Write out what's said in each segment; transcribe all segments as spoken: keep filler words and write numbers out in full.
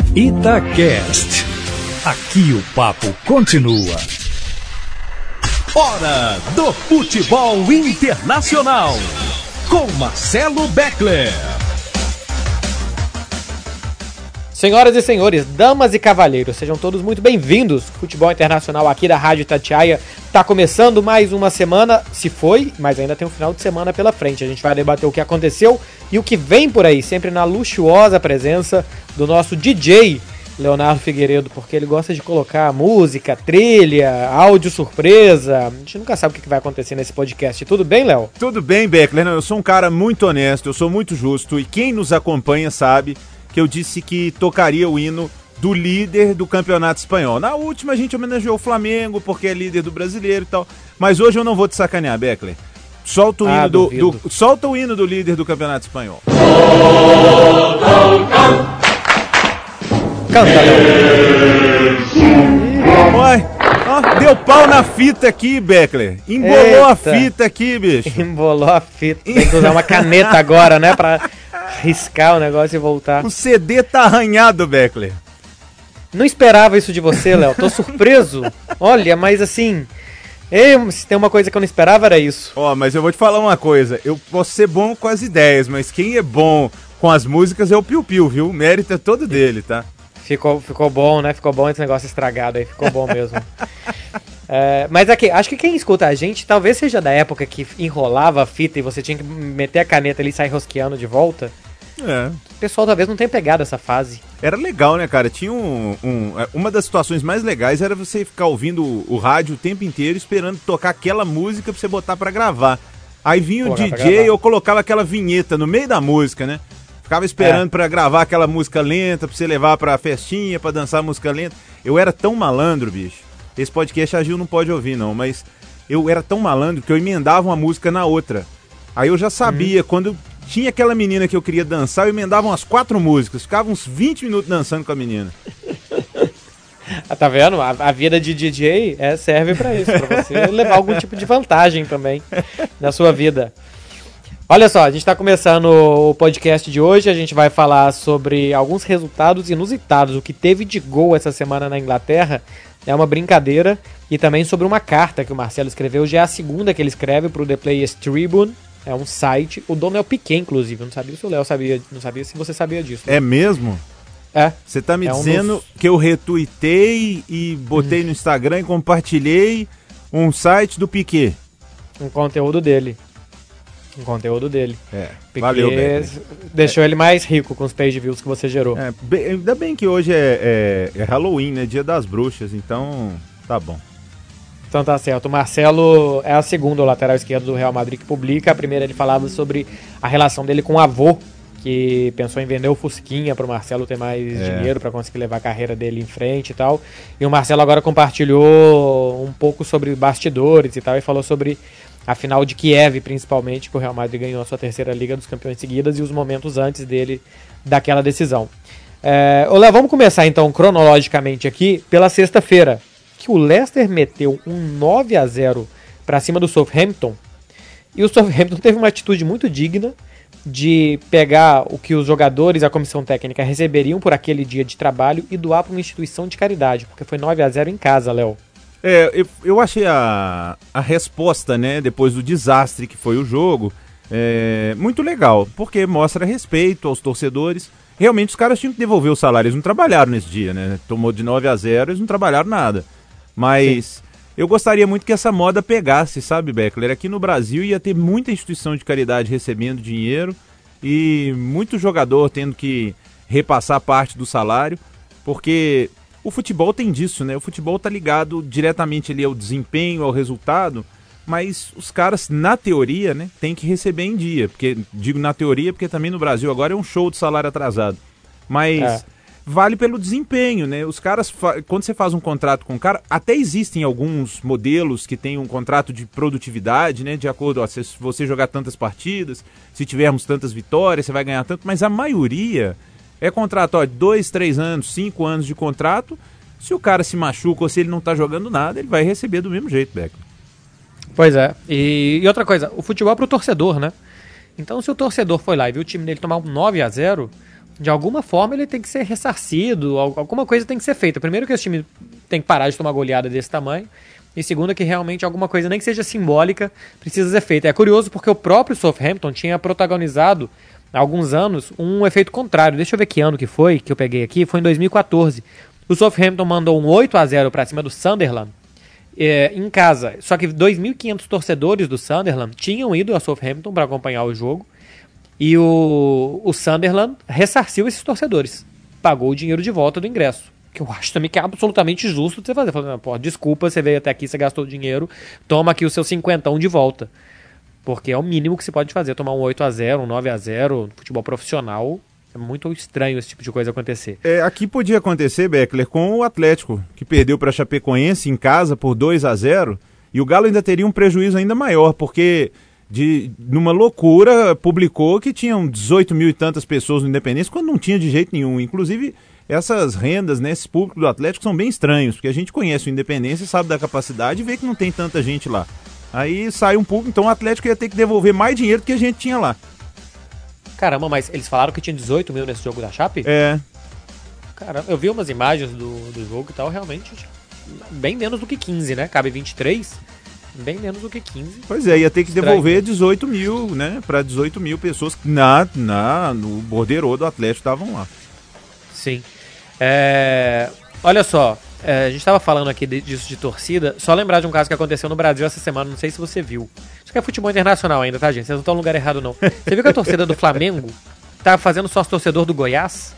Itacast. Aqui o papo continua. Hora do Futebol Internacional, com Marcelo Beckler. Senhoras e senhores, damas e cavalheiros, sejam todos muito bem-vindos. Futebol Internacional aqui da Rádio Itatiaia está começando mais uma semana, se foi, mas ainda tem um final de semana pela frente. A gente vai debater o que aconteceu e o que vem por aí, sempre na luxuosa presença do nosso D J Leonardo Figueiredo, porque ele gosta de colocar música, trilha, áudio surpresa. A gente nunca sabe o que vai acontecer nesse podcast. Tudo bem, Léo? Tudo bem, Beckler. Não, eu sou um cara muito honesto, eu sou muito justo e quem nos acompanha sabe que eu disse que tocaria o hino do líder do Campeonato Espanhol. Na última a gente homenageou o Flamengo porque é líder do Brasileiro e tal, mas hoje eu não vou te sacanear, Beckler. Solta o, ah, hino, do, do, solta o hino do líder do Campeonato Espanhol. Canta, Léo. Oi, ó, deu pau na fita aqui, Beckler. Embolou Eita. a fita aqui, bicho. Embolou a fita. Tem que usar uma caneta agora, né, pra riscar o negócio e voltar. O C D tá arranhado, Beckler. Não esperava isso de você, Léo. Tô surpreso. Olha, mas assim, eu, se tem uma coisa que eu não esperava era isso. Ó, mas eu vou te falar uma coisa. Eu posso ser bom com as ideias, mas quem é bom com as músicas é o Piu Piu, viu? O mérito é todo dele, tá? Ficou, ficou bom, né? Ficou bom esse negócio estragado aí. Ficou bom mesmo. É, mas aqui, acho que quem escuta a gente talvez seja da época que enrolava a fita e você tinha que meter a caneta ali e sair rosqueando de volta. É. O pessoal talvez não tenha pegado essa fase. Era legal, né, cara? Tinha um, um... Uma das situações mais legais era você ficar ouvindo o, o rádio o tempo inteiro esperando tocar aquela música pra você botar pra gravar. Aí vinha o D J e eu colocava aquela vinheta no meio da música, né? Ficava esperando é. pra gravar aquela música lenta, pra você levar pra festinha, pra dançar música lenta. Eu era tão malandro, bicho. Esse podcast a Gil não pode ouvir, não, mas eu era tão malandro que eu emendava uma música na outra. Aí eu já sabia, hum. quando tinha aquela menina que eu queria dançar, eu emendava umas quatro músicas, ficava uns vinte minutos dançando com a menina. Ah, tá vendo? A, a vida de D J é, serve pra isso, pra você levar algum tipo de vantagem também na sua vida. Olha só, a gente tá começando o podcast de hoje, a gente vai falar sobre alguns resultados inusitados, o que teve de gol essa semana na Inglaterra. É uma brincadeira, e também sobre uma carta que o Marcelo escreveu, já é a segunda que ele escreve para o The Players Tribune, é um site, o dono é o Piquet, inclusive, eu não sabia se o Léo sabia, não sabia se você sabia disso. É mesmo? É. Você tá me é dizendo um dos... que eu retuitei e botei hum. no Instagram e compartilhei um site do Piquet. Um conteúdo dele. Um conteúdo dele. É, Piquet valeu, Beckler. Deixou é. ele mais rico com os page views que você gerou. É, bem, ainda bem que hoje é, é, é Halloween, né? Dia das bruxas, então tá bom. Então tá certo. O Marcelo é a segunda, o lateral esquerdo do Real Madrid, que publica. A primeira ele falava sobre a relação dele com o avô, que pensou em vender o Fusquinha pro Marcelo ter mais é. dinheiro para conseguir levar a carreira dele em frente e tal. E o Marcelo agora compartilhou um pouco sobre bastidores e tal, e falou sobre a final de Kiev, principalmente, que o Real Madrid ganhou a sua terceira Liga dos Campeões seguidas e os momentos antes dele daquela decisão. É, Léo, vamos começar então cronologicamente aqui pela sexta-feira, que o Leicester meteu um nove a zero para cima do Southampton, e o Southampton teve uma atitude muito digna de pegar o que os jogadores e a comissão técnica receberiam por aquele dia de trabalho e doar para uma instituição de caridade, porque foi nove a zero em casa, Léo. É, eu, eu achei a, a resposta, né, depois do desastre que foi o jogo, é, muito legal, porque mostra respeito aos torcedores. Realmente os caras tinham que devolver o salário, eles não trabalharam nesse dia, né? Tomou de nove a zero, eles não trabalharam nada. Mas sim, eu gostaria muito que essa moda pegasse, sabe, Beckler? Aqui no Brasil ia ter muita instituição de caridade recebendo dinheiro e muito jogador tendo que repassar parte do salário, porque o futebol tem disso, né? O futebol tá ligado diretamente ali ao desempenho, ao resultado, mas os caras, na teoria, né, tem que receber em dia. Porque, digo na teoria, porque também no Brasil agora é um show de salário atrasado. Mas é. vale pelo desempenho, né? Os caras, quando você faz um contrato com o cara, até existem alguns modelos que tem um contrato de produtividade, né? De acordo, ó, se você jogar tantas partidas, se tivermos tantas vitórias, você vai ganhar tanto, mas a maioria é contrato, ó, dois, três anos, cinco anos de contrato. Se o cara se machuca ou se ele não tá jogando nada, ele vai receber do mesmo jeito, Beckler. Pois é. E, e outra coisa, o futebol é pro torcedor, né? Então, se o torcedor foi lá e viu o time dele tomar um nove a zero, de alguma forma ele tem que ser ressarcido, alguma coisa tem que ser feita. Primeiro que esse time tem que parar de tomar goleada desse tamanho, e segundo que realmente alguma coisa, nem que seja simbólica, precisa ser feita. É curioso porque o próprio Southampton tinha protagonizado há alguns anos um efeito contrário. Deixa eu ver que ano que foi, que eu peguei aqui, foi em dois mil e quatorze. O Southampton mandou um oito a zero para cima do Sunderland, é, em casa. Só que dois mil e quinhentos torcedores do Sunderland tinham ido a Southampton para acompanhar o jogo, e o, o Sunderland ressarciu esses torcedores, pagou o dinheiro de volta do ingresso, que eu acho também que é absolutamente justo de você fazer. Falando, pô, desculpa, você veio até aqui, você gastou dinheiro, toma aqui o seu cinquentão de volta. Porque é o mínimo que se pode fazer, tomar um oito a zero, um nove a zero, futebol profissional. É muito estranho esse tipo de coisa acontecer. É, aqui podia acontecer, Beckler, com o Atlético, que perdeu para a Chapecoense em casa por dois a zero, e o Galo ainda teria um prejuízo ainda maior, porque de numa loucura publicou que tinham dezoito mil e tantas pessoas no Independência, quando não tinha de jeito nenhum. Inclusive, essas rendas, né, esse público do Atlético são bem estranhos, porque a gente conhece o Independência, sabe da capacidade e vê que não tem tanta gente lá. Aí sai um público, então o Atlético ia ter que devolver mais dinheiro do que a gente tinha lá. Caramba, mas eles falaram que tinha dezoito mil nesse jogo da Chape? É. Caramba, eu vi umas imagens do, do jogo e tal, realmente bem menos do que quinze, né? Cabe vinte e três, bem menos do que quinze. Pois é, ia ter que devolver dezoito mil, né? Para dezoito mil pessoas que na, na, no borderô do Atlético estavam lá. Sim. É, olha só, é, a gente estava falando aqui de, disso de torcida, só lembrar de um caso que aconteceu no Brasil essa semana, não sei se você viu. Isso que é futebol internacional ainda, tá, gente? Vocês não estão no lugar errado, não. Você viu que a torcida do Flamengo tá fazendo sócio-torcedor do Goiás?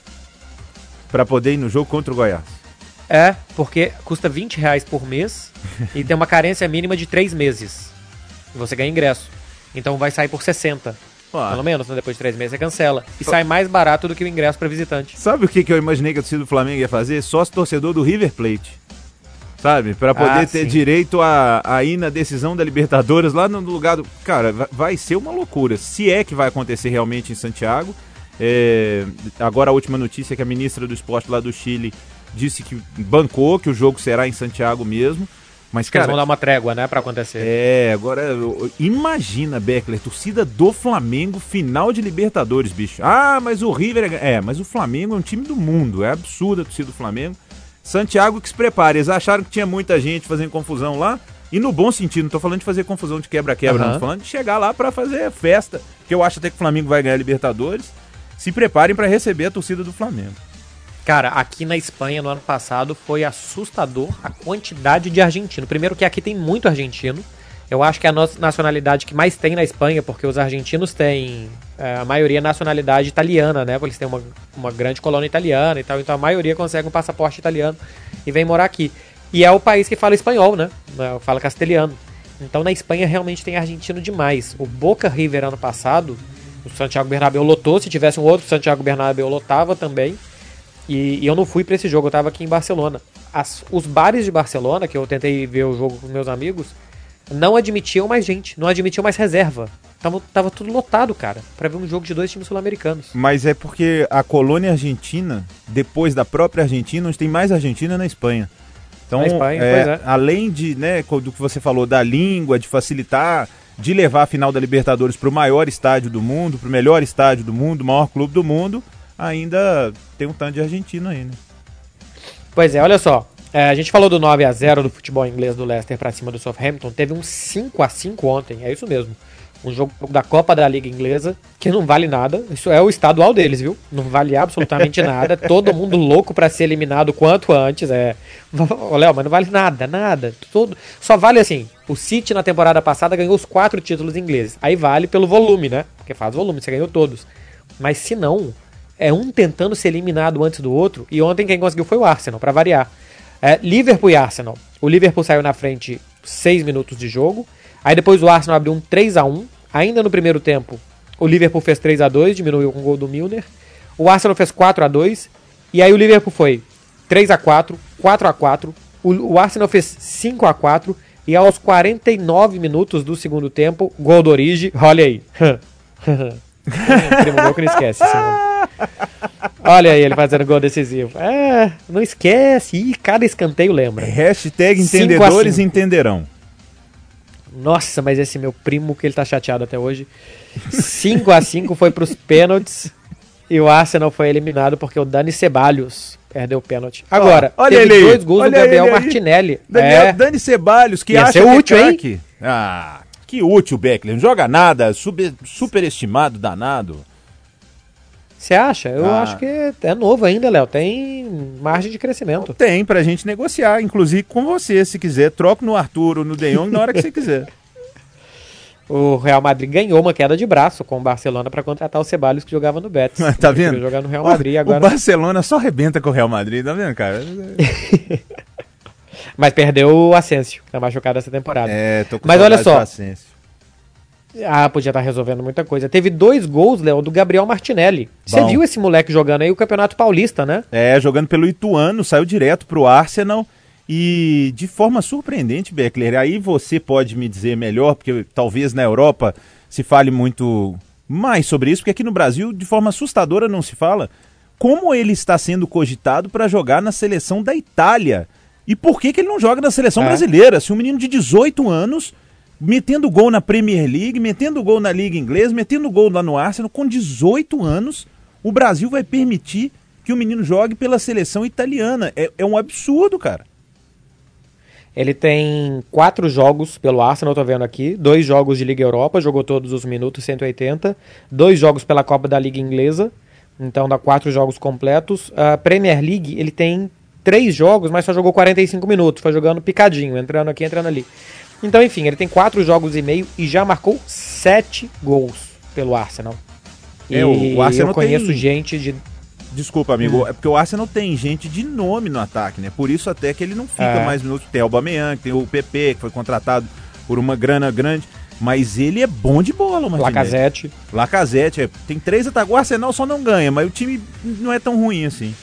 Para poder ir no jogo contra o Goiás. É, porque custa vinte reais por mês e tem uma carência mínima de três meses. E você ganha ingresso. Então vai sair por sessenta. Ah. Pelo menos, né? Depois de três meses você cancela. E sai mais barato do que o ingresso para visitante. Sabe o que, que eu imaginei que a torcida do Flamengo ia fazer? Sócio-torcedor do River Plate. Sabe? Para poder ah, ter sim. direito a, a ir na decisão da Libertadores lá no lugar do... Cara, vai ser uma loucura. Se é que vai acontecer realmente em Santiago. É... Agora a última notícia é que a ministra do esporte lá do Chile disse que bancou, que o jogo será em Santiago mesmo. Mas, cara, eles vão dar uma trégua, né, pra acontecer. É, agora, imagina, Beckler, torcida do Flamengo, final de Libertadores, bicho. Ah, mas o River... É, mas o Flamengo é um time do mundo, é absurda a torcida do Flamengo. Santiago que se prepare, eles acharam que tinha muita gente fazendo confusão lá, e no bom sentido, não tô falando de fazer confusão de quebra-quebra, uhum. não, tô falando de chegar lá pra fazer festa, que eu acho até que o Flamengo vai ganhar a Libertadores. Se preparem pra receber a torcida do Flamengo. Cara, aqui na Espanha, no ano passado, foi assustador a quantidade de argentino. Primeiro que aqui tem muito argentino. Eu acho que é a nacionalidade que mais tem na Espanha, porque os argentinos têm, é, a maioria, nacionalidade italiana, né? Porque eles têm uma, uma grande colônia italiana e tal, então a maioria consegue um passaporte italiano e vem morar aqui. E é o país que fala espanhol, né? Fala castelhano. Então na Espanha realmente tem argentino demais. O Boca River ano passado, o Santiago Bernabéu lotou. Se tivesse um outro, o Santiago Bernabéu lotava também. E, e eu não fui pra esse jogo, eu tava aqui em Barcelona. As, os bares de Barcelona, que eu tentei ver o jogo com meus amigos, não admitiam mais gente, não admitiam mais reserva. Tava, tava tudo lotado, cara, pra ver um jogo de dois times sul-americanos. Mas é porque a colônia argentina, depois da própria Argentina, onde tem mais Argentina na Espanha. Então, na Espanha, é, pois é. Além de, né, do que você falou da língua, de facilitar, de levar a final da Libertadores pro maior estádio do mundo, pro melhor estádio do mundo, o maior clube do mundo, ainda tem um tanto de argentino aí, né? Pois é, olha só. É, a gente falou do nove a zero do futebol inglês do Leicester pra cima do Southampton. Teve um cinco a cinco ontem, é isso mesmo. Um jogo da Copa da Liga Inglesa, que não vale nada. Isso é o estadual deles, viu? Não vale absolutamente nada. Todo mundo louco pra ser eliminado quanto antes. É... Ô, Léo, mas não vale nada, nada. Todo... Só vale assim, o City na temporada passada ganhou os quatro títulos ingleses. Aí vale pelo volume, né? Porque faz volume, você ganhou todos. Mas se não... É um tentando ser eliminado antes do outro. E ontem quem conseguiu foi o Arsenal, pra variar. É, Liverpool e Arsenal. O Liverpool saiu na frente seis minutos de jogo. Aí depois o Arsenal abriu um três a um. Ainda no primeiro tempo, o Liverpool fez três a dois, diminuiu com o gol do Milner. O Arsenal fez quatro a dois. E aí o Liverpool foi três a quatro, quatro a quatro. O, o Arsenal fez cinco a quatro. E aos quarenta e nove minutos do segundo tempo, gol do Origi. Olha aí. Primo meu que não esquece esse nome. Olha aí ele fazendo gol decisivo. É, não esquece. Ih, cada escanteio lembra. Hashtag entendedores entenderão. Nossa, mas esse meu primo que ele tá chateado até hoje. cinco a cinco foi pros pênaltis. E o Arsenal foi eliminado porque o Dani Ceballos perdeu o pênalti. Agora, olha teve ele aí, dois gols olha do Gabriel ele aí. Martinelli. Daniel, é. Dani Ceballos, que Ia acha ser que é útil, hein? craque. Ah, que útil, Beckler. Não joga nada, super, superestimado, danado. Você acha? Eu Ah. acho que é novo ainda, Léo. Tem margem de crescimento. Tem pra gente negociar, inclusive com você, se quiser. Troca no Arthur ou no De Jong na hora que você quiser. O Real Madrid ganhou uma queda de braço com o Barcelona para contratar o Ceballos, que jogava no Betis. Tá Ele vendo? queria jogar no Real Madrid o, agora. o Barcelona só arrebenta com o Real Madrid, tá vendo, cara? Mas perdeu o Asensio, que tá machucado essa temporada. É, tô com Mas olha saudade só. do Asensio. Ah, podia estar resolvendo muita coisa. Teve dois gols, Léo, do Gabriel Martinelli. Você Bom. viu esse moleque jogando aí o Campeonato Paulista, né? É, jogando pelo Ituano, saiu direto pro Arsenal e de forma surpreendente, Beckler. Aí você pode me dizer melhor, porque talvez na Europa se fale muito mais sobre isso, porque aqui no Brasil, de forma assustadora, não se fala. Como ele está sendo cogitado para jogar na seleção da Itália? E por que, que ele não joga na seleção É. brasileira? Se um menino de dezoito anos, metendo gol na Premier League, metendo gol na Liga Inglesa, metendo gol lá no Arsenal, com dezoito anos, o Brasil vai permitir que o menino jogue pela seleção italiana. É, é um absurdo, cara. Ele tem quatro jogos pelo Arsenal, eu tô vendo aqui. Dois jogos de Liga Europa, jogou todos os minutos, cento e oitenta. Dois jogos pela Copa da Liga Inglesa, então dá quatro jogos completos. A Premier League, ele tem três jogos, mas só jogou quarenta e cinco minutos. Foi jogando picadinho, entrando aqui, entrando ali. Então, enfim, ele tem quatro jogos e meio e já marcou sete gols pelo Arsenal. E É, o- o Arsenal eu conheço tem- gente de... Desculpa, amigo, Hum. é porque o Arsenal tem gente de nome no ataque, né? Por isso até que ele não fica É. mais minutos. Tem o Aubameyang, tem o P P, que foi contratado por uma grana grande. Mas ele é bom de bola, o Martinelli. Lacazette. Lacazette, é, tem três ataques. O Arsenal só não ganha, mas o time não é tão ruim assim.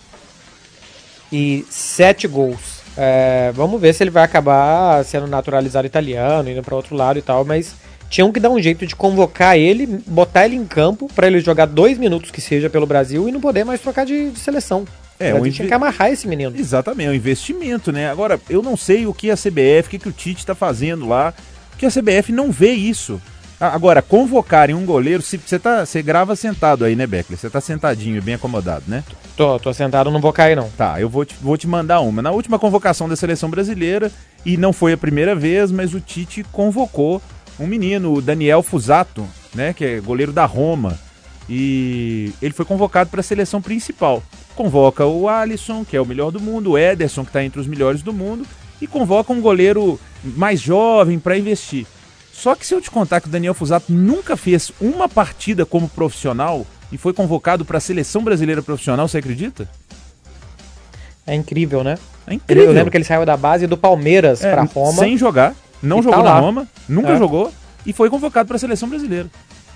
E sete gols. É, vamos ver se ele vai acabar sendo naturalizado italiano, indo para outro lado e tal, mas tinham que dar um jeito de convocar ele, botar ele em campo para ele jogar dois minutos que seja pelo Brasil e não poder mais trocar de, de seleção. É, o um Brasil inve- tinha que amarrar esse menino. Exatamente, é um investimento, né? Agora, eu não sei o que a C B F, o que, que o Tite está fazendo lá, porque a C B F não vê isso. A- Agora, convocarem um goleiro, se você tá, você grava sentado aí, né, Beckler? Você tá sentadinho, bem acomodado, né? Tô, tô sentado, não vou cair não. Tá, eu vou te, vou te mandar uma. Na última convocação da seleção brasileira, e não foi a primeira vez, mas o Tite convocou um menino, o Daniel Fusato, né, que é goleiro da Roma, e ele foi convocado para a seleção principal. Convoca o Alisson, que é o melhor do mundo, o Ederson, que está entre os melhores do mundo, e convoca um goleiro mais jovem para investir. Só que se eu te contar que o Daniel Fusato nunca fez uma partida como profissional e foi convocado para a seleção brasileira profissional, você acredita? É incrível, né? É Ele- incrível. eu lembro que ele saiu da base do Palmeiras É, pra Roma. sem jogar, não E jogou tá na lá. Roma, nunca É. jogou e foi convocado para a seleção brasileira.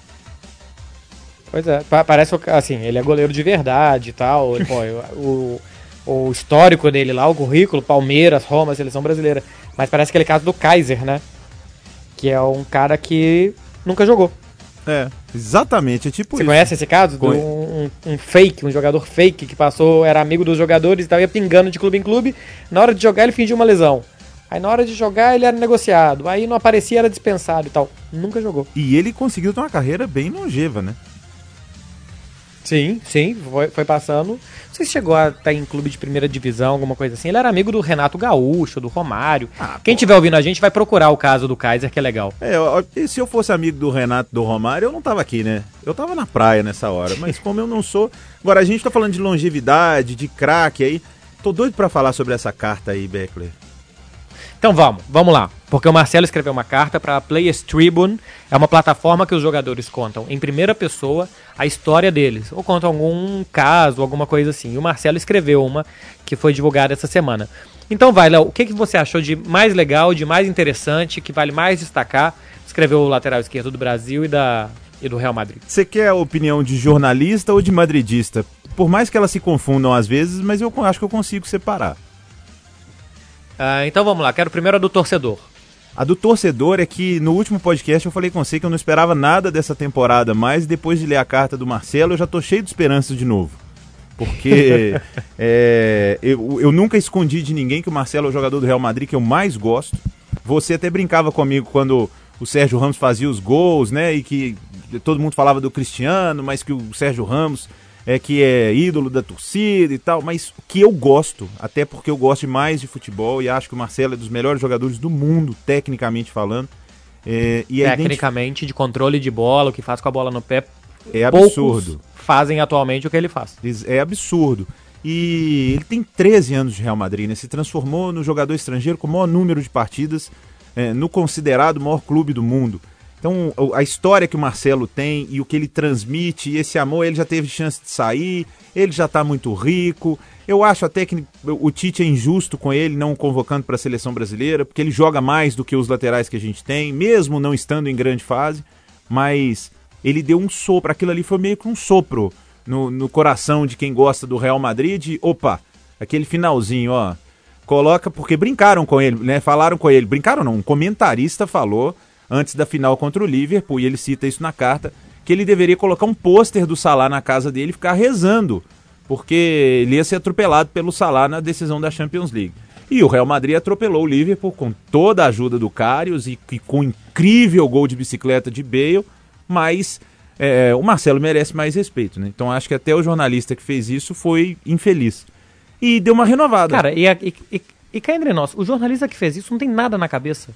Pois é, pa- parece assim, ele é goleiro de verdade e tal. Pô, o, o histórico dele lá, o currículo, Palmeiras, Roma, seleção brasileira. Mas parece aquele caso do Kaiser, né? Que é um cara que nunca jogou. É, exatamente, é tipo Você isso. conhece esse caso? De Conhe- um, um, um fake, um jogador fake que passou, era amigo dos jogadores e tal, ia pingando de clube em clube. Na hora de jogar, ele fingiu uma lesão. Aí na hora de jogar, ele era negociado. Aí não aparecia, era dispensado e tal. Nunca jogou. E ele conseguiu ter uma carreira bem longeva, né? Sim, sim, foi, foi passando. Não sei se chegou a estar em clube de primeira divisão, alguma coisa assim. Ele era amigo do Renato Gaúcho, do Romário. Ah, Quem pô. tiver ouvindo a gente vai procurar o caso do Kaiser, que é legal. É, ó, e se eu fosse amigo do Renato, do Romário, eu não tava aqui, né? Eu tava na praia nessa hora, mas como eu não sou... Agora, a gente tá falando de longevidade, de craque aí. Tô doido pra falar sobre essa carta aí, Beckler. Então vamos, vamos lá. Porque o Marcelo escreveu uma carta para a Players Tribune. É uma plataforma que os jogadores contam em primeira pessoa a história deles. Ou contam algum caso, alguma coisa assim. E o Marcelo escreveu uma que foi divulgada essa semana. Então vai, Léo, o que, que você achou de mais legal, de mais interessante, que vale mais destacar? Escreveu o lateral esquerdo do Brasil e, da, e do Real Madrid. Você quer a opinião de jornalista ou de madridista? Por mais que elas se confundam às vezes, mas eu acho que eu consigo separar. Ah, então vamos lá, quero primeiro a do torcedor. A do torcedor é que no último podcast eu falei com você que eu não esperava nada dessa temporada, mas depois de ler a carta do Marcelo eu já tô cheio de esperanças de novo. Porque é, eu, eu nunca escondi de ninguém que o Marcelo é o jogador do Real Madrid que eu mais gosto. Você até brincava comigo quando o Sérgio Ramos fazia os gols, né? E que todo mundo falava do Cristiano, mas que o Sérgio Ramos é que é ídolo da torcida e tal, mas que eu gosto, até porque eu gosto demais de futebol e acho que o Marcelo é dos melhores jogadores do mundo, tecnicamente falando. É, e Tecnicamente, identif... de controle de bola, o que faz com a bola no pé, é absurdo. Fazem atualmente o que ele faz. É absurdo. E ele tem treze anos de Real Madrid, né? Se transformou no jogador estrangeiro com o maior número de partidas, é, no considerado maior clube do mundo. Então, a história que o Marcelo tem e o que ele transmite, e esse amor, ele já teve chance de sair, ele já está muito rico. Eu acho até que o Tite é injusto com ele, não o convocando para a seleção brasileira, porque ele joga mais do que os laterais que a gente tem, mesmo não estando em grande fase, mas ele deu um sopro, aquilo ali foi meio que um sopro no, no coração de quem gosta do Real Madrid, de, opa, aquele finalzinho, ó, coloca, porque brincaram com ele, né, falaram com ele, brincaram não, um comentarista falou, antes da final contra o Liverpool, e ele cita isso na carta, que ele deveria colocar um pôster do Salah na casa dele e ficar rezando, porque ele ia ser atropelado pelo Salah na decisão da Champions League. E o Real Madrid atropelou o Liverpool com toda a ajuda do Karius e, e com um incrível gol de bicicleta de Bale, mas é, o Marcelo merece mais respeito, né? Então acho que até o jornalista que fez isso foi infeliz. E deu uma renovada. Cara, e, e, e, e cá entre nós, o jornalista que fez isso não tem nada na cabeça.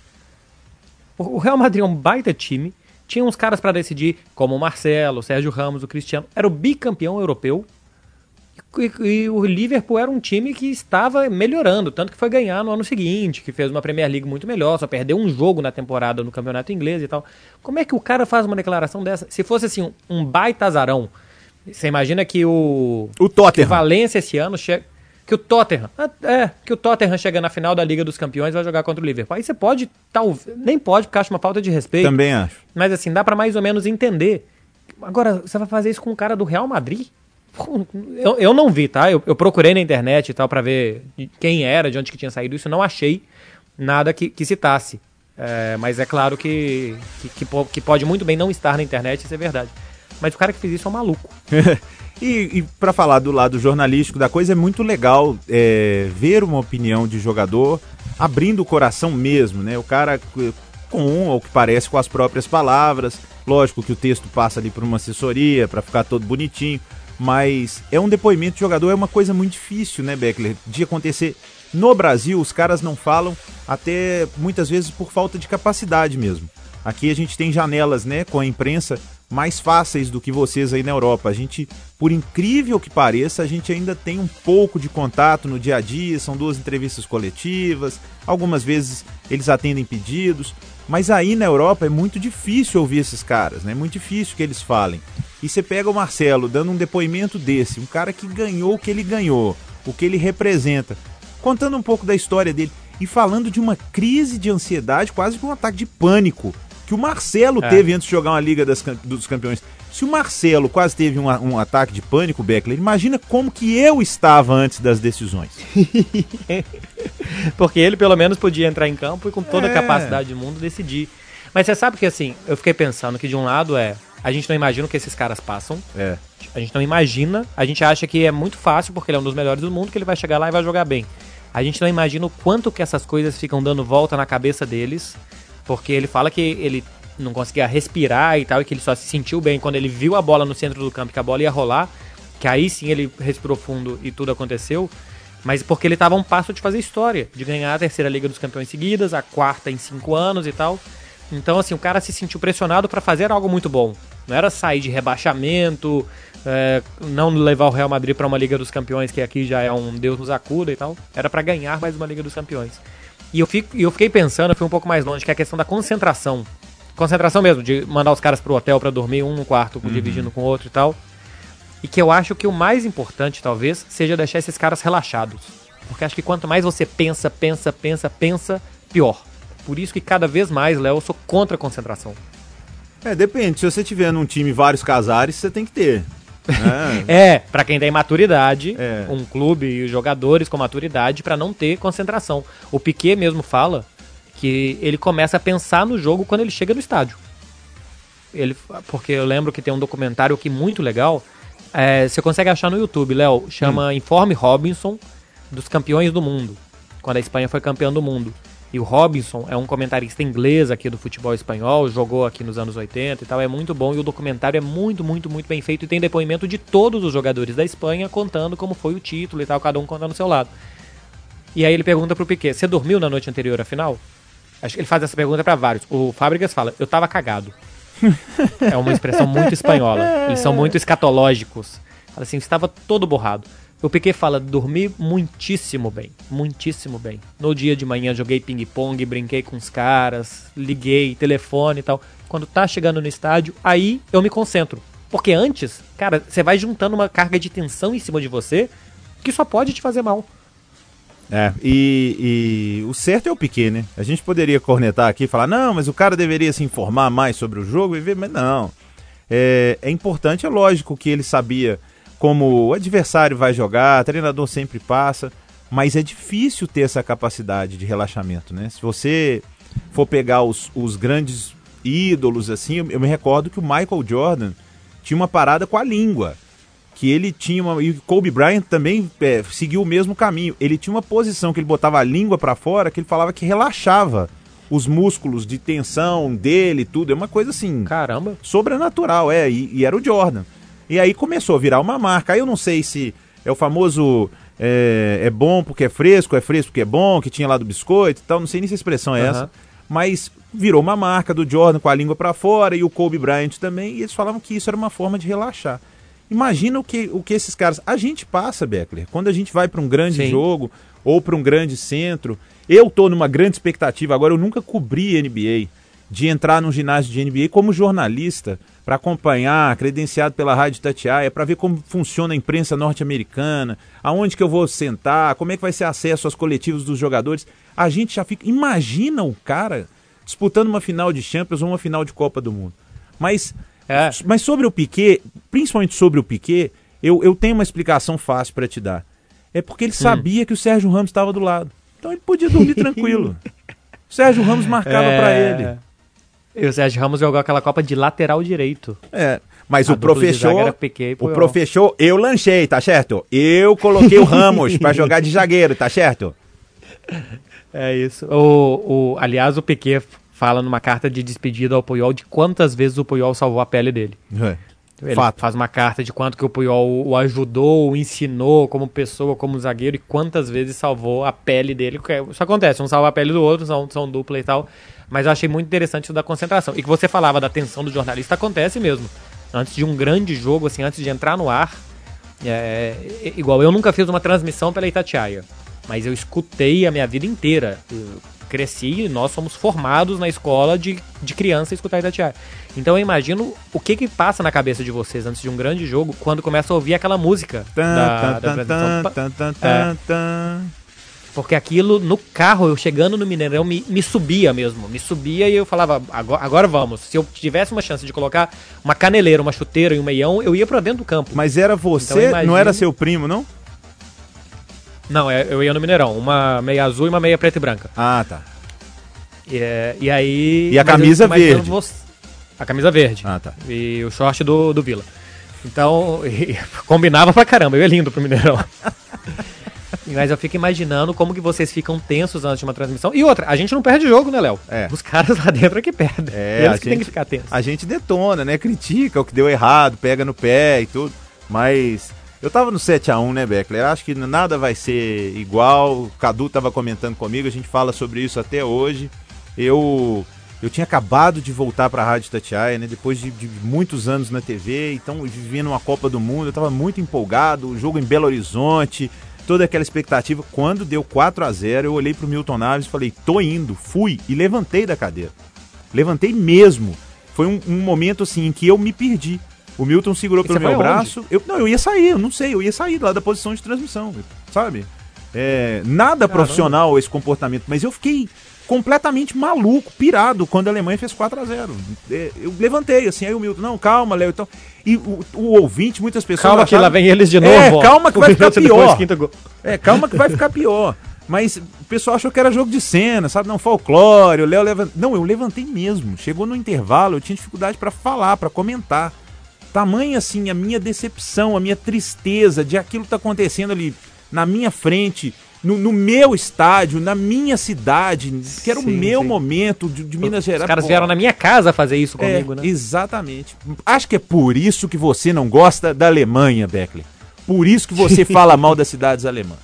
O Real Madrid é um baita time, tinha uns caras pra decidir, como o Marcelo, o Sérgio Ramos, o Cristiano, era o bicampeão europeu, e, e o Liverpool era um time que estava melhorando, tanto que foi ganhar no ano seguinte, que fez uma Premier League muito melhor, só perdeu um jogo na temporada no campeonato inglês e tal. Como é que o cara faz uma declaração dessa? Se fosse assim, um, um baita azarão, você imagina que o, o Tottenham, que o Valência esse ano chega... Que o Tottenham, é, que o Tottenham chega na final da Liga dos Campeões e vai jogar contra o Liverpool. Aí você pode, tal, nem pode, porque acho uma falta de respeito. Também acho. Mas assim, dá pra mais ou menos entender. Agora, você vai fazer isso com um cara do Real Madrid? Eu, eu não vi, tá? Eu, eu procurei na internet e tal pra ver quem era, de onde que tinha saído isso. Não achei nada que, que citasse. É, mas é claro que, que, que, que pode muito bem não estar na internet, isso é verdade. Mas o cara que fez isso é um maluco. E, e para falar do lado jornalístico da coisa, é muito legal é, ver uma opinião de jogador abrindo o coração mesmo, né? O cara com um, ou que parece com as próprias palavras. Lógico que o texto passa ali por uma assessoria para ficar todo bonitinho, mas é um depoimento de jogador, é uma coisa muito difícil, né, Beckler, de acontecer. No Brasil, os caras não falam, até muitas vezes por falta de capacidade mesmo. Aqui a gente tem janelas, né, com a imprensa mais fáceis do que vocês aí na Europa. A gente, por incrível que pareça, a gente ainda tem um pouco de contato no dia a dia, são duas entrevistas coletivas, algumas vezes eles atendem pedidos, mas aí na Europa é muito difícil ouvir esses caras, né? É muito difícil que eles falem. E você pega o Marcelo dando um depoimento desse, um cara que ganhou o que ele ganhou, o que ele representa, contando um pouco da história dele e falando de uma crise de ansiedade, quase que um ataque de pânico, que o Marcelo é. teve antes de jogar uma Liga das, dos Campeões. Se o Marcelo quase teve um, um ataque de pânico, Beckler, imagina como que eu estava antes das decisões. Porque ele pelo menos podia entrar em campo e com toda é. a capacidade do mundo decidir. Mas você sabe que assim, eu fiquei pensando que de um lado é, a gente não imagina o que esses caras passam. É. A gente não imagina, a gente acha que é muito fácil porque ele é um dos melhores do mundo, que ele vai chegar lá e vai jogar bem. A gente não imagina o quanto que essas coisas ficam dando volta na cabeça deles. Porque ele fala que ele não conseguia respirar e tal, e que ele só se sentiu bem quando ele viu a bola no centro do campo, que a bola ia rolar, que aí sim ele respirou fundo e tudo aconteceu, mas porque ele estava a um passo de fazer história, de ganhar a terceira Liga dos Campeões seguidas, a quarta em cinco anos e tal. Então assim, o cara se sentiu pressionado para fazer algo muito bom. Não era sair de rebaixamento, é, não levar o Real Madrid para uma Liga dos Campeões, que aqui já é um Deus nos acuda e tal. Era para ganhar mais uma Liga dos Campeões. E eu, fico, eu fiquei pensando, eu fui um pouco mais longe, que é a questão da concentração. Concentração mesmo, de mandar os caras pro hotel pra dormir, um no quarto, uhum. dividindo com o outro e tal. E que eu acho que o mais importante, talvez, seja deixar esses caras relaxados. Porque acho que quanto mais você pensa, pensa, pensa, pensa, pior. Por isso que cada vez mais, Léo, eu sou contra a concentração. É, depende. Se você tiver num time vários casares, você tem que ter. É, é pra quem tem maturidade, é. um clube e os jogadores com maturidade pra não ter concentração. O Piquet mesmo fala que ele começa a pensar no jogo quando ele chega no estádio. Ele, porque eu lembro que tem um documentário aqui muito legal, é, você consegue achar no YouTube, Léo, chama hum. Informe Robinson, dos campeões do mundo, quando a Espanha foi campeã do mundo. E o Robinson é um comentarista inglês aqui do futebol espanhol, jogou aqui nos anos oitenta e tal, é muito bom. E o documentário é muito, muito, muito bem feito. E tem depoimento de todos os jogadores da Espanha contando como foi o título e tal, cada um contando o seu lado. E aí ele pergunta pro Piquet, você dormiu na noite anterior à final? Acho que ele faz essa pergunta pra vários. O Fábricas fala, eu tava cagado. É uma expressão muito espanhola. Eles são muito escatológicos. Fala assim, estava todo borrado. O Piquet fala, dormi muitíssimo bem, muitíssimo bem. No dia de manhã joguei ping-pong, brinquei com os caras, liguei, telefone e tal. Quando tá chegando no estádio, aí eu me concentro. Porque antes, cara, você vai juntando uma carga de tensão em cima de você que só pode te fazer mal. É, e, e o certo é o Piquet, né? A gente poderia cornetar aqui e falar, não, mas o cara deveria se informar mais sobre o jogo e ver, mas não. É, é importante, é lógico que ele sabia como o adversário vai jogar, o treinador sempre passa, mas é difícil ter essa capacidade de relaxamento, né? Se você for pegar os, os grandes ídolos, assim, eu, eu me recordo que o Michael Jordan tinha uma parada com a língua, que ele tinha uma... E o Kobe Bryant também é, seguiu o mesmo caminho. Ele tinha uma posição que ele botava a língua pra fora, que ele falava que relaxava os músculos de tensão dele e tudo. É uma coisa assim... Caramba! Sobrenatural, é. E, e era o Jordan. E aí começou a virar uma marca. Aí eu não sei se é o famoso é, é bom porque é fresco, é fresco porque é bom, que tinha lá do biscoito e tal. Não sei nem se a expressão é uhum. essa. Mas virou uma marca do Jordan com a língua pra fora e o Kobe Bryant também. E eles falavam que isso era uma forma de relaxar. Imagina o que, o que esses caras... A gente passa, Beckler, quando a gente vai para um grande Sim. jogo ou para um grande centro. Eu tô numa grande expectativa agora, eu nunca cobri N B A, de entrar num ginásio de N B A como jornalista para acompanhar, credenciado pela Rádio Itatiaia, para ver como funciona a imprensa norte-americana, aonde que eu vou sentar, como é que vai ser acesso aos coletivos dos jogadores. A gente já fica... Imagina o cara disputando uma final de Champions ou uma final de Copa do Mundo. Mas... É. Mas sobre o Piquet, principalmente sobre o Piquet, eu, eu tenho uma explicação fácil para te dar. É porque ele sabia hum. que o Sérgio Ramos estava do lado. Então ele podia dormir tranquilo. O Sérgio Ramos marcava é... para ele. E o Sérgio Ramos jogou aquela Copa de lateral direito. É, mas A o professor, Piquet, o professor, eu lanchei, tá certo? Eu coloquei o Ramos para jogar de zagueiro, tá certo? É isso. O, o, aliás, o Piquet fala numa carta de despedida ao Puyol de quantas vezes o Puyol salvou a pele dele. É. Ele Fato. faz uma carta de quanto que o Puyol o ajudou, o ensinou como pessoa, como zagueiro, e quantas vezes salvou a pele dele. Isso acontece, um salva a pele do outro, são, são dupla e tal. Mas eu achei muito interessante isso da concentração. E que você falava da tensão do jornalista, acontece mesmo. Antes de um grande jogo, assim, antes de entrar no ar, é, é, igual eu nunca fiz uma transmissão pela Itatiaia, mas eu escutei a minha vida inteira. Eu cresci e nós somos formados na escola de, de criança a escutar Itatiaia. Então eu imagino o que que passa na cabeça de vocês antes de um grande jogo, quando começa a ouvir aquela música da, da apresentação. É, porque aquilo, no carro, eu chegando no Mineirão, me, me subia mesmo. Me subia e eu falava, agora, agora vamos. Se eu tivesse uma chance de colocar uma caneleira, uma chuteira e um meião, eu ia pra dentro do campo. Mas era você, então, imagino... não era seu primo, não? Não, eu ia no Mineirão. Uma meia azul e uma meia preta e branca. Ah, tá. E, e aí... E a camisa verde? Você... A camisa verde. Ah, tá. E o short do, do Vila. Então, e, combinava pra caramba. Eu ia lindo pro Mineirão. Mas eu fico imaginando como que vocês ficam tensos antes de uma transmissão. E outra, a gente não perde jogo, né, Léo? É. Os caras lá dentro é que perdem. É, Eles que gente, tem que ficar tensos. A gente detona, né? Critica o que deu errado, pega no pé e tudo. Mas eu tava no sete a um, né, Beckler? Acho que nada vai ser igual. O Cadu tava comentando comigo, a gente fala sobre isso até hoje. Eu... Eu tinha acabado de voltar para a Rádio Itatiaia, né, depois de, de muitos anos na T V, então vivendo uma Copa do Mundo, eu estava muito empolgado, o jogo em Belo Horizonte, toda aquela expectativa. Quando deu quatro a zero, eu olhei para o Milton Naves e falei, tô indo, fui, e levantei da cadeira. Levantei mesmo. Foi um, um momento assim em que eu me perdi. O Milton segurou e pelo meu braço. Eu, não, eu ia sair, eu não sei, eu ia sair lá da posição de transmissão, sabe? É, nada Caramba. Profissional esse comportamento, mas eu fiquei completamente maluco, pirado, quando a Alemanha fez quatro a zero. Eu levantei, assim, aí o Milton, não, calma, Léo, então... E o, o ouvinte, muitas pessoas... Calma acharam, que lá vem eles de novo, É, ó. calma que vai ficar pior. É, calma que vai ficar pior. Mas o pessoal achou que era jogo de cena, sabe? Não, folclore, o Léo levanta... Não, eu levantei mesmo. Chegou no intervalo, eu tinha dificuldade pra falar, pra comentar. Tamanha, assim, a minha decepção, a minha tristeza de aquilo que tá acontecendo ali na minha frente, no, no meu estádio, na minha cidade, que era sim, o meu sim. momento de, de Minas Gerais. Os caras vieram na minha casa fazer isso comigo, é, né? Exatamente. Acho que é por isso que você não gosta da Alemanha, Beckler. Por isso que você fala mal das cidades alemãs.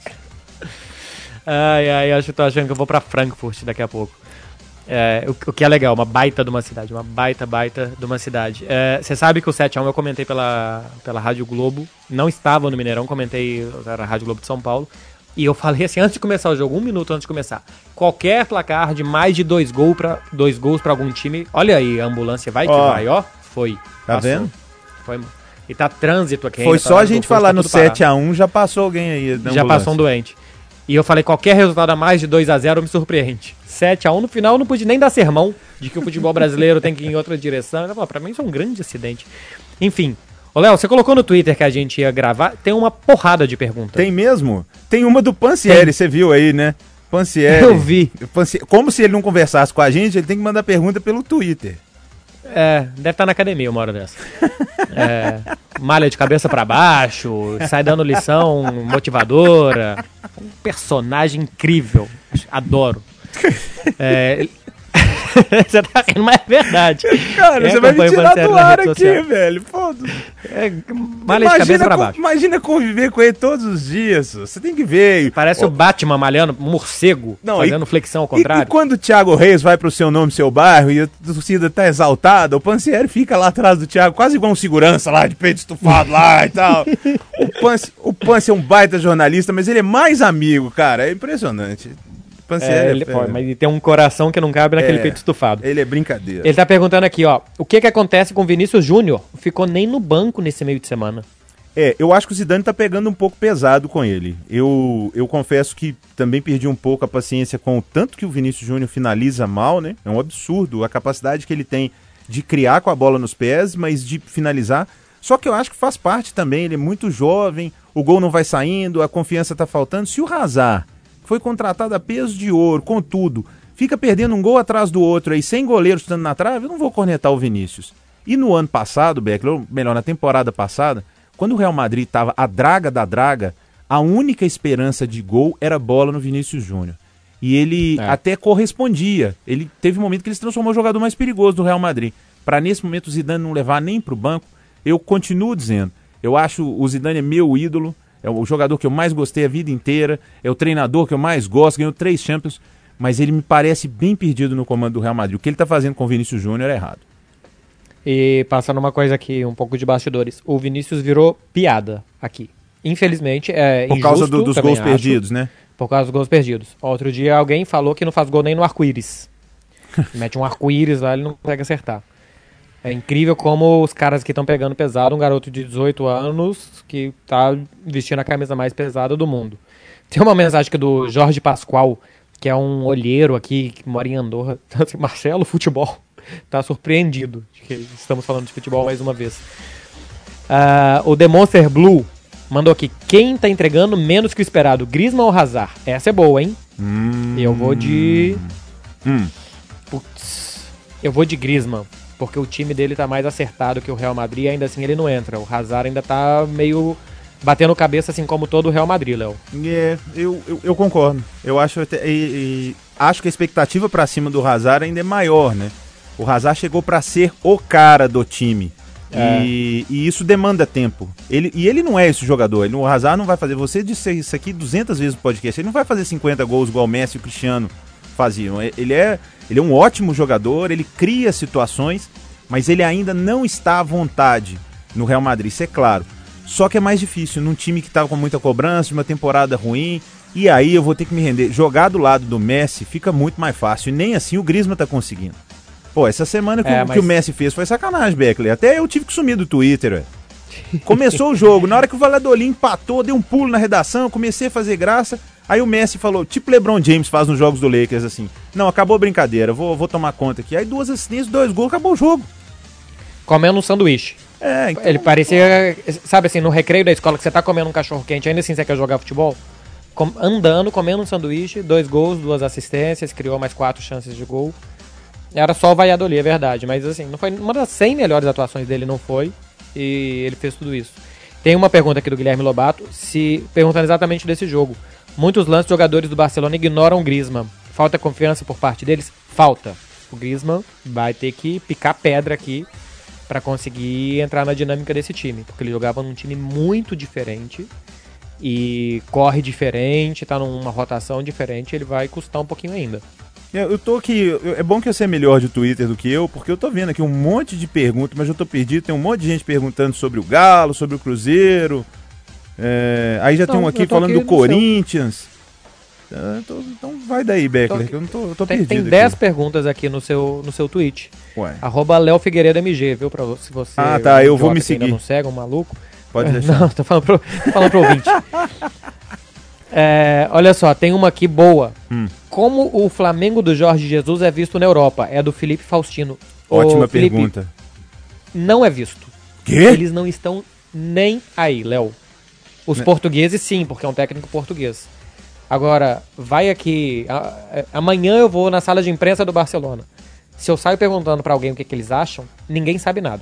Ai, ai, acho que tô achando que eu vou pra Frankfurt daqui a pouco. É, o, o que é legal, uma baita de uma cidade, uma baita, baita de uma cidade. Você é, sabe que o sete a um eu comentei pela, pela Rádio Globo, não estava no Mineirão, comentei na Rádio Globo de São Paulo, e eu falei assim, antes de começar o jogo, um minuto antes de começar, qualquer placar de mais de dois, gol pra, dois gols pra algum time, olha aí, a ambulância vai que oh, vai, ó, foi. Tá passou. Vendo? Foi, e tá trânsito aqui. Foi só a gente falar no sete a um, já passou alguém aí da Já passou um doente. E eu falei, qualquer resultado a mais de dois a zero me surpreende. sete a um no final, eu não pude nem dar sermão de que o futebol brasileiro tem que ir em outra direção. Eu falei, pra mim isso é um grande acidente. Enfim. Ô, Léo, você colocou no Twitter que a gente ia gravar, tem uma porrada de perguntas. Tem mesmo? Tem uma do Pansieri, você viu aí, né? Pansieri. Eu vi. Pansieri, como se ele não conversasse com a gente, ele tem que mandar pergunta pelo Twitter. É, deve estar na academia uma hora dessa. É, malha de cabeça pra baixo, sai dando lição motivadora. Um personagem incrível. Adoro. É, você tá rindo, mas é verdade. Cara, é, você vai me tirar do ar aqui, social. velho. Foda-se. É, malha de cabeça pra baixo. Imagina conviver com ele todos os dias. Você tem que ver. Parece oh. o Batman malhando, um morcego, não, fazendo e, flexão ao contrário. E, e quando o Thiago Reis vai pro seu nome, seu bairro, e a torcida tá exaltada, o Pansieri fica lá atrás do Thiago, quase igual um segurança lá, de peito estufado lá e tal. O Pansi, o Pansi é um baita jornalista, mas ele é mais amigo, cara. É impressionante. É, ele, pô, mas ele tem um coração que não cabe naquele é, peito estufado. Ele é brincadeira. Ele tá perguntando aqui, ó, o que que acontece com o Vinícius Júnior? Ficou nem no banco nesse meio de semana. É, eu acho que o Zidane tá pegando um pouco pesado com ele. Eu, eu confesso que também perdi um pouco a paciência com o tanto que o Vinícius Júnior finaliza mal, né? É um absurdo a capacidade que ele tem de criar com a bola nos pés, mas de finalizar. Só que eu acho que faz parte também, ele é muito jovem, o gol não vai saindo, a confiança tá faltando. Se o Hazard foi contratado a peso de ouro, com tudo, fica perdendo um gol atrás do outro aí, sem goleiro estando na trave, eu não vou cornetar o Vinícius. E no ano passado, Beckler, ou melhor, na temporada passada, quando o Real Madrid estava a draga da draga, a única esperança de gol era bola no Vinícius Júnior. E ele é. até correspondia. Ele teve um momento que ele se transformou no jogador mais perigoso do Real Madrid. Para nesse momento o Zidane não levar nem para o banco, eu continuo dizendo, eu acho o Zidane é meu ídolo, é o jogador que eu mais gostei a vida inteira, é o treinador que eu mais gosto, ganhou três Champions, mas ele me parece bem perdido no comando do Real Madrid. O que ele está fazendo com o Vinícius Júnior é errado. E passando uma coisa aqui, um pouco de bastidores, o Vinícius virou piada aqui. Infelizmente, é Por injusto, causa do, dos gols acho, perdidos, né? Por causa dos gols perdidos. Outro dia alguém falou que não faz gol nem no arco-íris. Mete um arco-íris lá, ele não consegue acertar. É incrível como os caras que estão pegando pesado, um garoto de dezoito anos que tá vestindo a camisa mais pesada do mundo. Tem uma mensagem aqui do Jorge Pascoal, que é um olheiro aqui, que mora em Andorra. Assim, Marcelo, futebol, tá surpreendido de que estamos falando de futebol mais uma vez. Uh, o The Monster Blue mandou aqui, quem tá entregando menos que o esperado, Griezmann ou Hazard? Essa é boa, hein? Hum. Eu vou de... Hum. Putz, eu vou de Griezmann. Porque o time dele tá mais acertado que o Real Madrid e ainda assim ele não entra. O Hazard ainda tá meio batendo cabeça, assim como todo o Real Madrid, Léo. É, eu, eu, eu concordo. Eu acho, até, e, e, acho que a expectativa pra cima do Hazard ainda é maior, né? O Hazard chegou pra ser o cara do time. É. E, e isso demanda tempo. Ele, e ele não é esse jogador. Ele, o Hazard não vai fazer... Você disse isso aqui duzentas vezes no podcast. Ele não vai fazer cinquenta gols igual o Messi e o Cristiano faziam. Ele é, ele é um ótimo jogador, ele cria situações, mas ele ainda não está à vontade no Real Madrid, isso é claro. Só que é mais difícil, num time que está com muita cobrança, de uma temporada ruim, e aí eu vou ter que me render. Jogar do lado do Messi fica muito mais fácil, e nem assim o Griezmann está conseguindo. Pô, essa semana que, é, o, mas... que o Messi fez foi sacanagem, Beckler. Até eu tive que sumir do Twitter, velho. Começou o jogo, na hora que o Valladolid empatou, deu um pulo na redação, comecei a fazer graça. Aí o Messi falou, tipo LeBron James faz nos jogos do Lakers, assim, não, acabou a brincadeira, vou, vou tomar conta aqui. Aí duas assistências, dois gols, acabou o jogo. Comendo um sanduíche. É, então... Ele parecia, sabe assim, no recreio da escola que você tá comendo um cachorro quente, ainda assim você quer jogar futebol? Com, andando, comendo um sanduíche, dois gols, duas assistências, criou mais quatro chances de gol. Era só o Valladolid, é verdade, mas assim, não foi uma das cem melhores atuações dele, não foi, e ele fez tudo isso. Tem uma pergunta aqui do Guilherme Lobato, se perguntando exatamente desse jogo. Muitos lances de jogadores do Barcelona ignoram o Griezmann. Falta confiança por parte deles? Falta. O Griezmann vai ter que picar pedra aqui para conseguir entrar na dinâmica desse time, porque ele jogava num time muito diferente e corre diferente, tá numa rotação diferente, ele vai custar um pouquinho ainda. Eu tô aqui, é bom que você é melhor de Twitter do que eu, porque eu tô vendo aqui um monte de perguntas, mas eu tô perdido, tem um monte de gente perguntando sobre o Galo, sobre o Cruzeiro, é, aí já não, tem um aqui falando aqui do Corinthians. Então, então vai daí, Beckler, que eu não tô, eu tô tem, perdido. Tem dez perguntas aqui no seu, no seu tweet. Ué. Arroba Léo Figueiredo M G, viu? Pra, se você ah, tá, eu vou me seguir. Ainda não segue, um maluco. Pode deixar. Não, tô falando pro, falando pro ouvinte. É, olha só, tem uma aqui boa. Hum. Como o Flamengo do Jorge Jesus é visto na Europa? É do Felipe Faustino. Ótima Ô, Felipe, pergunta. Não é visto. Quê? Eles não estão nem aí, Léo. Os né? portugueses sim, porque é um técnico português. Agora, vai aqui... A, a, amanhã eu vou na sala de imprensa do Barcelona. Se eu saio perguntando pra alguém o que, que eles acham, ninguém sabe nada.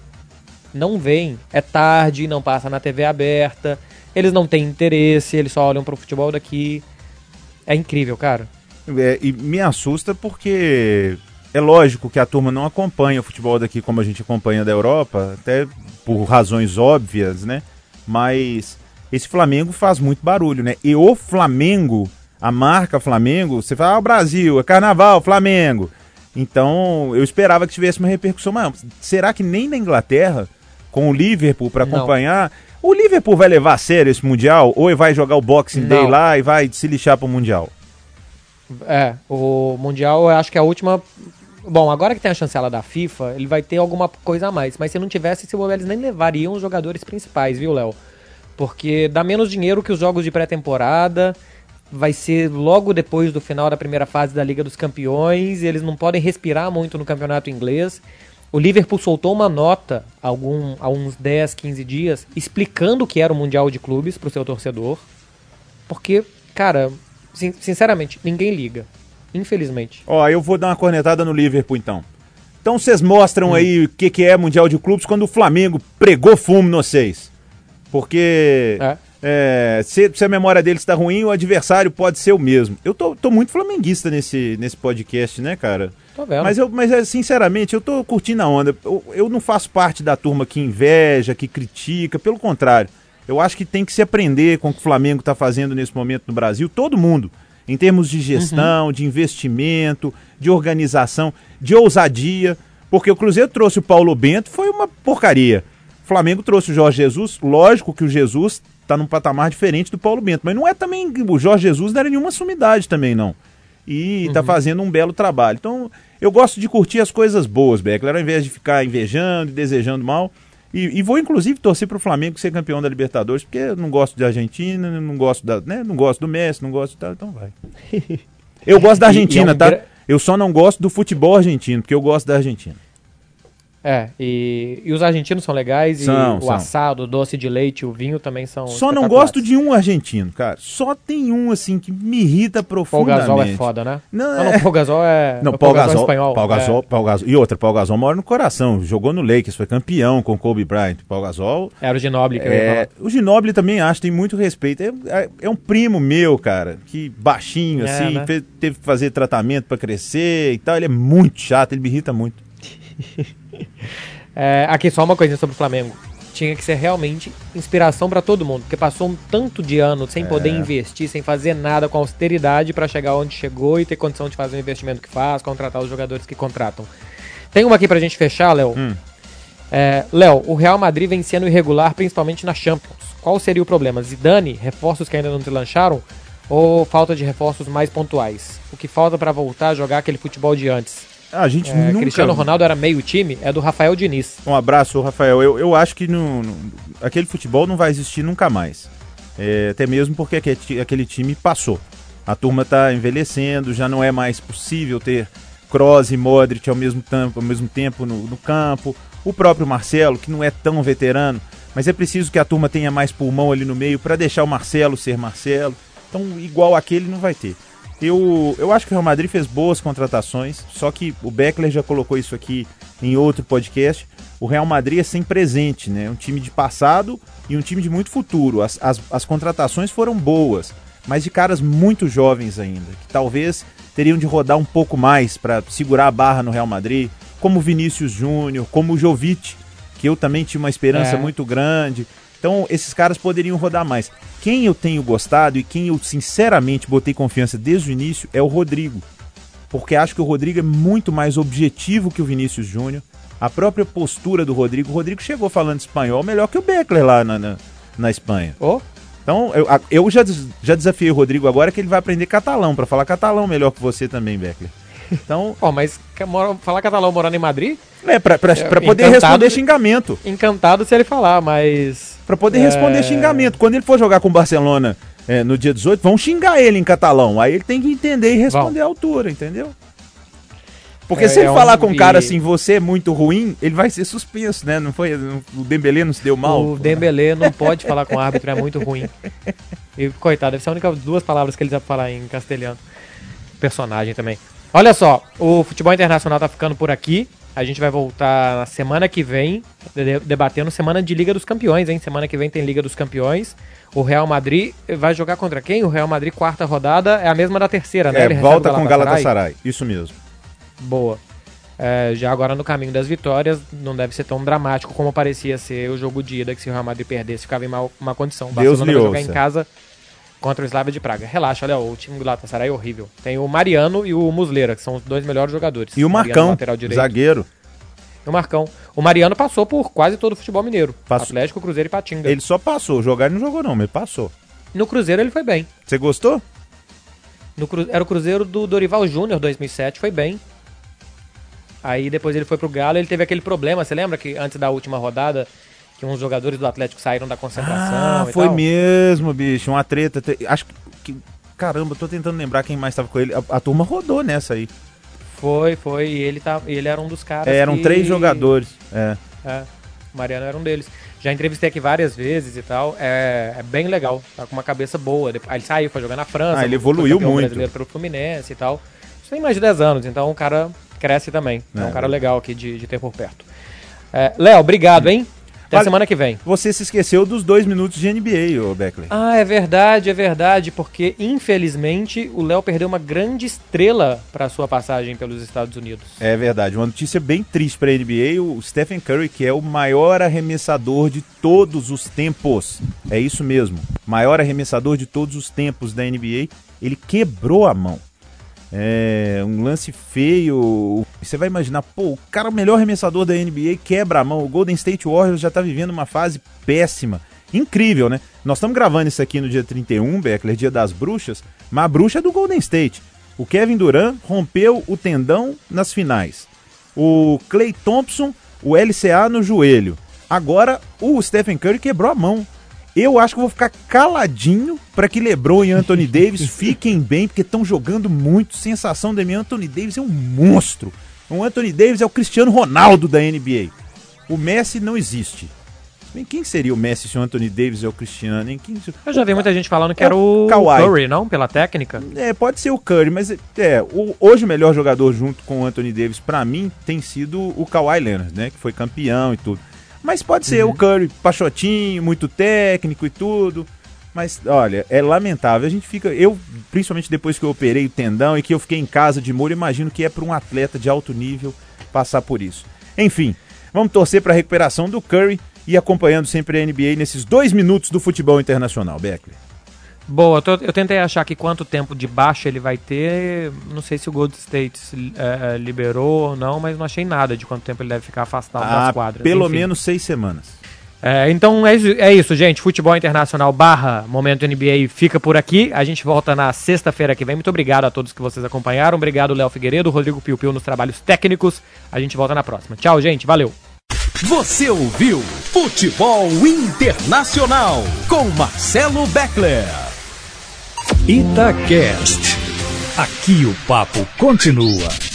Não vem. É tarde, não passa na T V aberta. Eles não têm interesse, eles só olham pro futebol daqui. É incrível, cara. É, e me assusta porque é lógico que a turma não acompanha o futebol daqui como a gente acompanha da Europa, até por razões óbvias, né? Mas... esse Flamengo faz muito barulho, né? E o Flamengo, a marca Flamengo, você fala, ah, o Brasil, é carnaval, Flamengo. Então, eu esperava que tivesse uma repercussão maior. Será que nem na Inglaterra, com o Liverpool para acompanhar, não. O Liverpool vai levar a sério esse Mundial? Ou vai jogar o Boxing não. Day lá e vai se lixar pro Mundial? É, o Mundial eu acho que é a última... Bom, agora que tem a chancela da FIFA, ele vai ter alguma coisa a mais. Mas se não tivesse, se eles nem levariam os jogadores principais, viu, Léo? Porque dá menos dinheiro que os jogos de pré-temporada, vai ser logo depois do final da primeira fase da Liga dos Campeões, e eles não podem respirar muito no campeonato inglês. O Liverpool soltou uma nota algum, há uns dez, quinze dias, explicando o que era o Mundial de Clubes para o seu torcedor, porque, cara, sin- sinceramente, ninguém liga, infelizmente. Ó, eu vou dar uma cornetada no Liverpool, então. Então vocês mostram hum. aí o que, que é Mundial de Clubes quando o Flamengo pregou fumo no seis. Porque é. É, se, se a memória deles está ruim, o adversário pode ser o mesmo. Eu tô, tô muito flamenguista nesse, nesse podcast, né, cara? Tô vendo. Mas, eu, mas sinceramente, eu tô curtindo a onda. Eu, eu não faço parte da turma que inveja, que critica, pelo contrário. Eu acho que tem que se aprender com o que o Flamengo está fazendo nesse momento no Brasil, todo mundo. Em termos de gestão, uhum. de investimento, de organização, de ousadia. Porque o Cruzeiro trouxe o Paulo Bento, foi uma porcaria. O Flamengo trouxe o Jorge Jesus, lógico que o Jesus está num patamar diferente do Paulo Bento, mas não é também, o Jorge Jesus não era nenhuma sumidade também não, e está uhum. fazendo um belo trabalho. Então eu gosto de curtir as coisas boas, Beckler, ao invés de ficar invejando e desejando mal, e, e vou inclusive torcer para o Flamengo ser campeão da Libertadores, porque eu não gosto de Argentina, não gosto, da, né, não gosto do Messi, não gosto de tal, então vai. Eu gosto da Argentina, e, e é um... tá? Eu só não gosto do futebol argentino, porque eu gosto da Argentina. É, e, e os argentinos são legais, são, e o são. assado, o doce de leite, o vinho também são Só não gosto de um argentino, cara. Só tem um, assim, que me irrita profundamente. Paul Gasol é foda, né? Não, não, não Paul Gasol é... Não, Paul Paul Gasol Gasol, é espanhol. Paul Gasol, é. Paul Gasol. E outra, Paul Gasol mora no coração. Jogou no Lakers, foi campeão com o Kobe Bryant. Paul Gasol... Era o Ginóbili que é, eu ia falar. O Ginóbili também acho, tem muito respeito. É, é, é um primo meu, cara, que baixinho, é, assim, né? fez, teve que fazer tratamento pra crescer e tal. Ele é muito chato, ele me irrita muito. É, aqui só uma coisinha sobre o Flamengo. Tinha que ser realmente inspiração pra todo mundo, porque passou um tanto de ano sem é. poder investir, sem fazer nada, com austeridade pra chegar onde chegou e ter condição de fazer o investimento que faz, contratar os jogadores que contratam. Tem uma aqui pra gente fechar, Léo. Hum. É, Léo, o Real Madrid vem sendo irregular, principalmente na Champions. Qual seria o problema? Zidane, reforços que ainda não se lançaram, ou falta de reforços mais pontuais? O que falta pra voltar a jogar aquele futebol de antes? A gente é, nunca... Cristiano Ronaldo era meio time, é do Rafael Diniz. Um abraço, Rafael. Eu, eu acho que no, no, aquele futebol não vai existir nunca mais. É, até mesmo porque aquele, aquele time passou. A turma está envelhecendo, já não é mais possível ter Kroos e Modric ao mesmo tempo, ao mesmo tempo no, no campo. O próprio Marcelo, que não é tão veterano, mas é preciso que a turma tenha mais pulmão ali no meio para deixar o Marcelo ser Marcelo. Então, igual aquele não vai ter. Eu, eu acho que o Real Madrid fez boas contratações, só que o Beckler já colocou isso aqui em outro podcast. o Real Madrid é sem presente, né? Um time de passado e um time de muito futuro. As, as, as contratações foram boas, mas de caras muito jovens ainda, que talvez teriam de rodar um pouco mais para segurar a barra no Real Madrid, como o Vinícius Júnior, como o Jovic, que eu também tinha uma esperança é. muito grande. Então, esses caras poderiam rodar mais. Quem eu tenho gostado e quem eu sinceramente botei confiança desde o início é o Rodrigo. Porque acho que o Rodrigo é muito mais objetivo que o Vinícius Júnior. A própria postura do Rodrigo. O Rodrigo chegou falando espanhol melhor que o Beckler lá na, na, na Espanha. Oh. Então, eu, eu já, já desafiei o Rodrigo agora que ele vai aprender catalão, para falar catalão melhor que você também, Beckler. Então, oh, mas falar catalão morando em Madrid? É, pra, pra, pra poder responder xingamento. Encantado se ele falar, mas... Pra poder é... responder xingamento. Quando ele for jogar com o Barcelona é, no dia dezoito, vão xingar ele em catalão. Aí ele tem que entender e responder à altura, entendeu? Porque é, se ele é falar um... com um cara assim, você é muito ruim, ele vai ser suspenso, né? Não foi, o Dembélé não se deu mal? O Dembélé não pode falar com o árbitro, é muito ruim. E, coitado, deve ser a única duas palavras que ele sabe falar em castelhano. Personagem também. Olha só, o Futebol Internacional tá ficando por aqui. A gente vai voltar na semana que vem, debatendo semana de Liga dos Campeões, hein? Semana que vem tem Liga dos Campeões. O Real Madrid vai jogar contra quem? O Real Madrid, quarta rodada, é a mesma da terceira, né? É, Ele volta com o Galatasaray, isso mesmo. Boa. É, já agora no caminho das vitórias, não deve ser tão dramático como parecia ser o jogo de ida, que se o Real Madrid perdesse, ficava em má, má condição. O Barcelona vai jogar em casa contra o Slavia de Praga. Relaxa, olha, o time do Galatasaray é horrível. Tem o Mariano e o Muslera, que são os dois melhores jogadores. E o Marcão, lateral direito, zagueiro. E o Marcão. O Mariano passou por quase todo o futebol mineiro. Passou. Atlético, Cruzeiro e Patinga. Ele só passou, jogar ele não jogou não, mas ele passou. No Cruzeiro ele foi bem. Você gostou? No Cru... Era o Cruzeiro do Dorival Júnior, dois mil e sete, foi bem. Aí depois ele foi pro Galo, ele teve aquele problema, você lembra que antes da última rodada, que uns jogadores do Atlético saíram da concentração ah, e foi tal? mesmo, bicho, uma treta, acho que, caramba, tô tentando lembrar quem mais tava com ele, a, a turma rodou nessa aí. Foi, foi, e ele, tá, ele era um dos caras é, eram que... três jogadores, é. É, o Mariano era um deles. Já entrevistei aqui várias vezes e tal, é, é bem legal, tá com uma cabeça boa. Aí ele saiu, foi jogar na França, ah, ele evoluiu muito. Brasileiro pelo Fluminense e tal. Isso tem mais de dez anos, então o cara cresce também. É, é um cara legal aqui de, de ter por perto. É, Léo, obrigado, hein? Até vale, semana que vem. Você se esqueceu dos dois minutos de N B A, ô Beckler. Ah, é verdade, é verdade, porque infelizmente o Léo perdeu uma grande estrela para sua passagem pelos Estados Unidos. É verdade, uma notícia bem triste para a N B A, o Stephen Curry, que é o maior arremessador de todos os tempos. É isso mesmo, maior arremessador de todos os tempos da N B A, ele quebrou a mão. É um lance feio. Você vai imaginar, pô, o cara, o melhor arremessador da N B A, quebra a mão. O Golden State Warriors já tá vivendo uma fase péssima. Incrível, né? Nós estamos gravando isso aqui no dia trinta e um, Beckler, dia das bruxas, mas a bruxa é do Golden State. O Kevin Durant rompeu o tendão nas finais. O Klay Thompson, o L C A no joelho. Agora o Stephen Curry quebrou a mão. Eu acho que vou ficar caladinho para que LeBron e Anthony Davis fiquem bem, porque estão jogando muito. Sensação da minha, Anthony Davis é um monstro. O Anthony Davis é o Cristiano Ronaldo da N B A. O Messi não existe. Quem seria o Messi se o Anthony Davis é o Cristiano? Hein? Quem... Eu já vi muita gente falando que é era o Kawhi. Curry, não? Pela técnica. É, pode ser o Curry, mas é, o, hoje o melhor jogador junto com o Anthony Davis, para mim, tem sido o Kawhi Leonard, né? Que foi campeão e tudo. Mas pode ser uhum. o Curry, pachotinho, muito técnico e tudo. Mas, olha, é lamentável. A gente fica... Eu, principalmente depois que eu operei o tendão e que eu fiquei em casa de molho, imagino que é para um atleta de alto nível passar por isso. Enfim, vamos torcer para a recuperação do Curry e acompanhando sempre a N B A nesses dois minutos do futebol internacional, Beckler. Boa, eu, tô, eu tentei achar aqui quanto tempo de baixa ele vai ter. Não sei se o Golden State é, liberou ou não, mas não achei nada de quanto tempo ele deve ficar afastado ah, das quadras. Pelo Enfim. menos seis semanas. É, então é, é isso, gente. Futebol Internacional barra Momento N B A fica por aqui. A gente volta na sexta-feira que vem. Muito obrigado a todos que vocês acompanharam. Obrigado, Léo Figueiredo, Rodrigo Piu Piu nos trabalhos técnicos. A gente volta na próxima. Tchau, gente. Valeu. Você ouviu Futebol Internacional com Marcelo Beckler. Itacast. Aqui o papo continua.